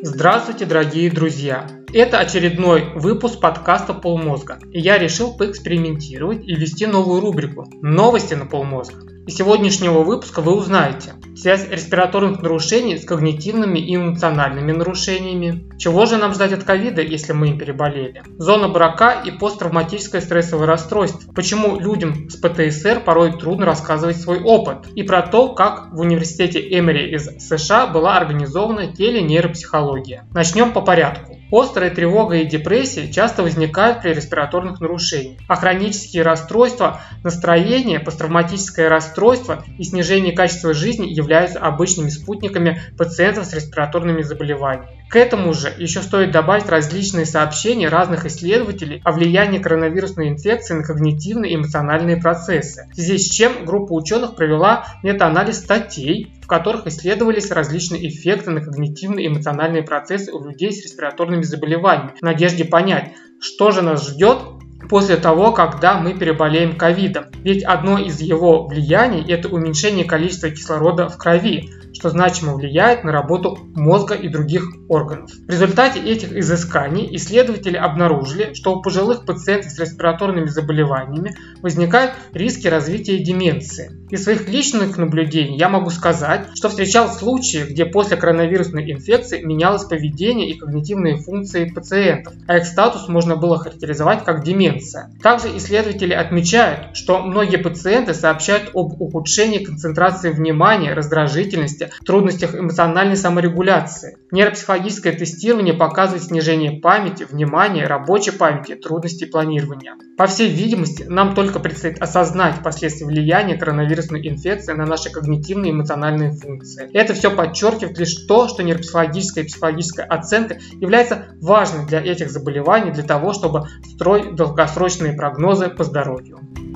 Здравствуйте, дорогие друзья! Это очередной выпуск подкаста «Полмозга», и я решил поэкспериментировать и ввести новую рубрику «Новости на полмозга». Из сегодняшнего выпуска вы узнаете связь респираторных нарушений с когнитивными и эмоциональными нарушениями, чего же нам ждать от ковида, если мы им переболели, зона брака и посттравматическое стрессовое расстройство, почему людям с ПТСР порой трудно рассказывать свой опыт, и про то, как в университете Эмори из США была организована теленейропсихология. Начнем по порядку. Острая тревога и депрессия часто возникают при респираторных нарушениях, а хронические расстройства настроения, посттравматическое расстройство и снижение качества жизни являются обычными спутниками пациентов с респираторными заболеваниями. К этому же еще стоит добавить различные сообщения разных исследователей о влиянии коронавирусной инфекции на когнитивные и эмоциональные процессы, в связи с чем группа ученых провела метаанализ статей, в которых исследовались различные эффекты на когнитивные и эмоциональные процессы у людей с респираторными заболеваниями, в надежде понять, что же нас ждет после того, когда мы переболеем ковидом. Ведь одно из его влияний – это уменьшение количества кислорода в крови, что значимо влияет на работу мозга и других органов. В результате этих изысканий исследователи обнаружили, что у пожилых пациентов с респираторными заболеваниями возникают риски развития деменции. Из своих личных наблюдений я могу сказать, что встречал случаи, где после коронавирусной инфекции менялось поведение и когнитивные функции пациентов, а их статус можно было характеризовать как деменция. Также исследователи отмечают, что многие пациенты сообщают об ухудшении концентрации внимания, раздражительности, трудностях эмоциональной саморегуляции. Нейропсихологическое тестирование показывает снижение памяти, внимания, рабочей памяти, трудностей планирования. По всей видимости, нам только предстоит осознать последствия влияния коронавирусной инфекции на наши когнитивные и эмоциональные функции. Это все подчеркивает лишь то, что нейропсихологическая и психологическая оценка является важной для этих заболеваний для того, чтобы строить долгосрочные прогнозы по здоровью.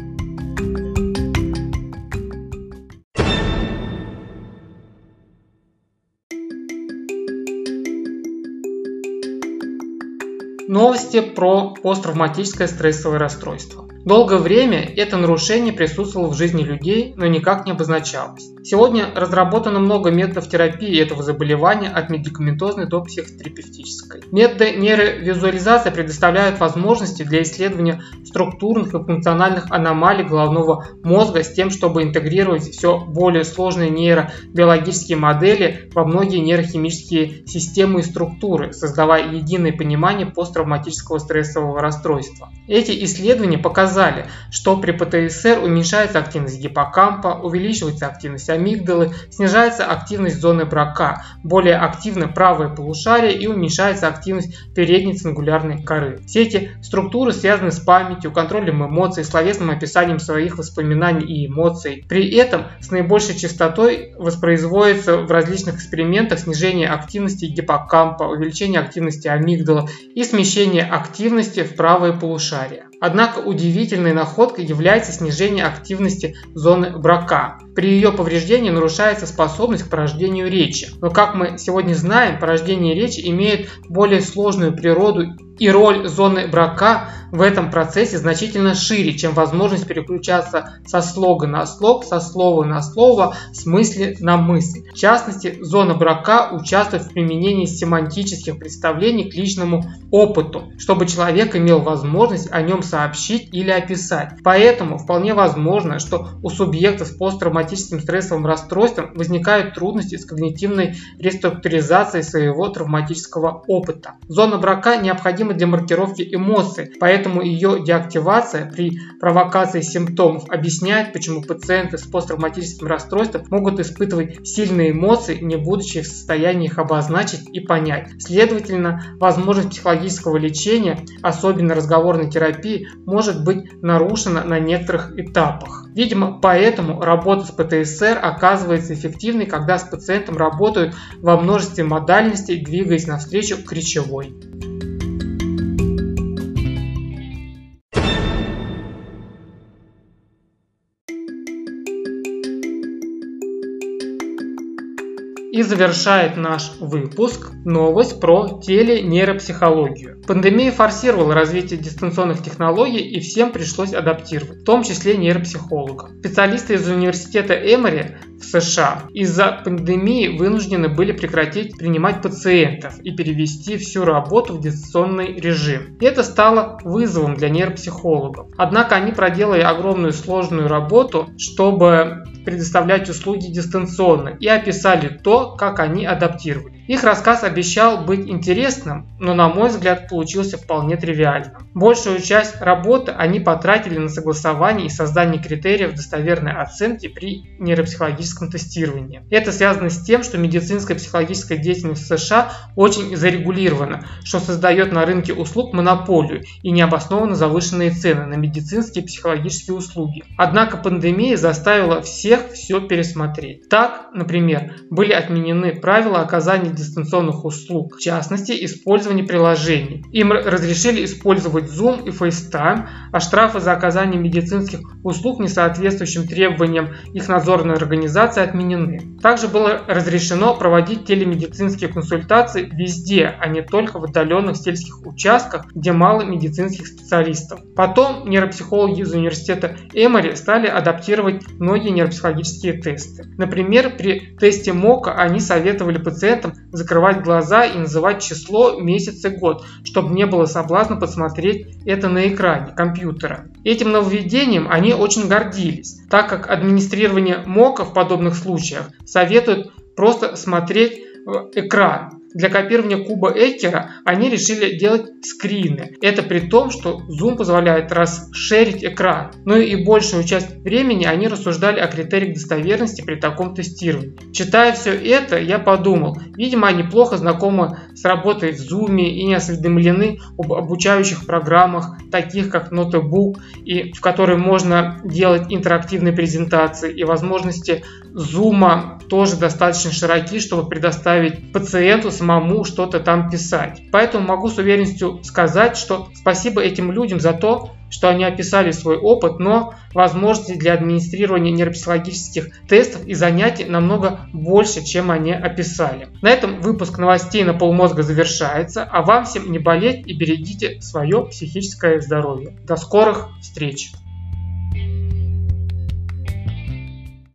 Новости про посттравматическое стрессовое расстройство. Долгое время это нарушение присутствовало в жизни людей, но никак не обозначалось. Сегодня разработано много методов терапии этого заболевания, от медикаментозной до психотерапевтической. Методы нейровизуализации предоставляют возможности для исследования структурных и функциональных аномалий головного мозга с тем, чтобы интегрировать все более сложные нейробиологические модели во многие нейрохимические системы и структуры, создавая единое понимание посттравматического стрессового расстройства. Эти исследования показали, что при ПТСР уменьшается активность гиппокампа, увеличивается активность амигдалы, снижается активность зоны брака, более активно правое полушарие и уменьшается активность передней цингулярной коры. Все эти структуры связаны с памятью, контролем эмоций, словесным описанием своих воспоминаний и эмоций. При этом с наибольшей частотой воспроизводится в различных экспериментах снижение активности гиппокампа, увеличение активности амигдала и смещение активности в правое полушарие. Однако удивительной находкой является снижение активности зоны брака. При ее повреждении нарушается способность к порождению речи. Но, как мы сегодня знаем, порождение речи имеет более сложную природу, и роль зоны брака в этом процессе значительно шире, чем возможность переключаться со слога на слог, со слова на слово, с мысли на мысль. В частности, зона брака участвует в применении семантических представлений к личному опыту, чтобы человек имел возможность о нем сообщить или описать. Поэтому вполне возможно, что у субъектов с посттравматическим стрессовым расстройством возникают трудности с когнитивной реструктуризацией своего травматического опыта. Зона брака необходима для маркировки эмоций, поэтому ее деактивация при провокации симптомов объясняет, почему пациенты с посттравматическим расстройством могут испытывать сильные эмоции, не будучи в состоянии их обозначить и понять. Следовательно, возможность психологического лечения, особенно разговорной терапии, может быть нарушена на некоторых этапах. Видимо, поэтому работа с ПТСР оказывается эффективной, когда с пациентом работают во множестве модальностей, двигаясь навстречу к речевой. И завершает наш выпуск новость про теленейропсихологию. Пандемия форсировала развитие дистанционных технологий, и всем пришлось адаптировать, в том числе нейропсихологам. Специалисты из университета Эмори в США. Из-за пандемии вынуждены были прекратить принимать пациентов и перевести всю работу в дистанционный режим. И это стало вызовом для нейропсихологов. Однако они проделали огромную сложную работу, чтобы предоставлять услуги дистанционно, и описали то, как они адаптировали. Их рассказ обещал быть интересным, но, на мой взгляд, получился вполне тривиальным. Большую часть работы они потратили на согласование и создание критериев достоверной оценки при нейропсихологическом тестировании. Это связано с тем, что медицинская и психологическая деятельность в США очень зарегулирована, что создает на рынке услуг монополию и необоснованно завышенные цены на медицинские и психологические услуги. Однако пандемия заставила всех все пересмотреть. Так, например, были отменены правила оказания дистанционных услуг, в частности, использование приложений. Им разрешили использовать Zoom и FaceTime, а штрафы за оказание медицинских услуг, не соответствующим требованиям их надзорной организации, отменены. Также было разрешено проводить телемедицинские консультации везде, а не только в отдаленных сельских участках, где мало медицинских специалистов. Потом нейропсихологи из университета Эмори стали адаптировать многие нейропсихологические тесты. Например, при тесте МОКа они советовали пациентам закрывать глаза и называть число, месяц и год, чтобы не было соблазна посмотреть это на экране компьютера. Этим нововведением они очень гордились, так как администрирование МОКа в подобных случаях советует просто смотреть в экран. Для копирования куба Эккера они решили делать скрины. Это при том, что Zoom позволяет расширить экран. Ну и большую часть времени они рассуждали о критериях достоверности при таком тестировании. Читая все это, я подумал, видимо, они плохо знакомы с работой в Zoom и не осведомлены об обучающих программах, таких как Notebook, и в которой можно делать интерактивные презентации, и возможности Zoom тоже достаточно широки, чтобы предоставить пациенту самому что-то там писать. Поэтому могу с уверенностью сказать, что спасибо этим людям за то, что они описали свой опыт, но возможностей для администрирования нейропсихологических тестов и занятий намного больше, чем они описали. На этом выпуск новостей на полмозга завершается, а вам всем не болеть и берегите свое психическое здоровье. До скорых встреч!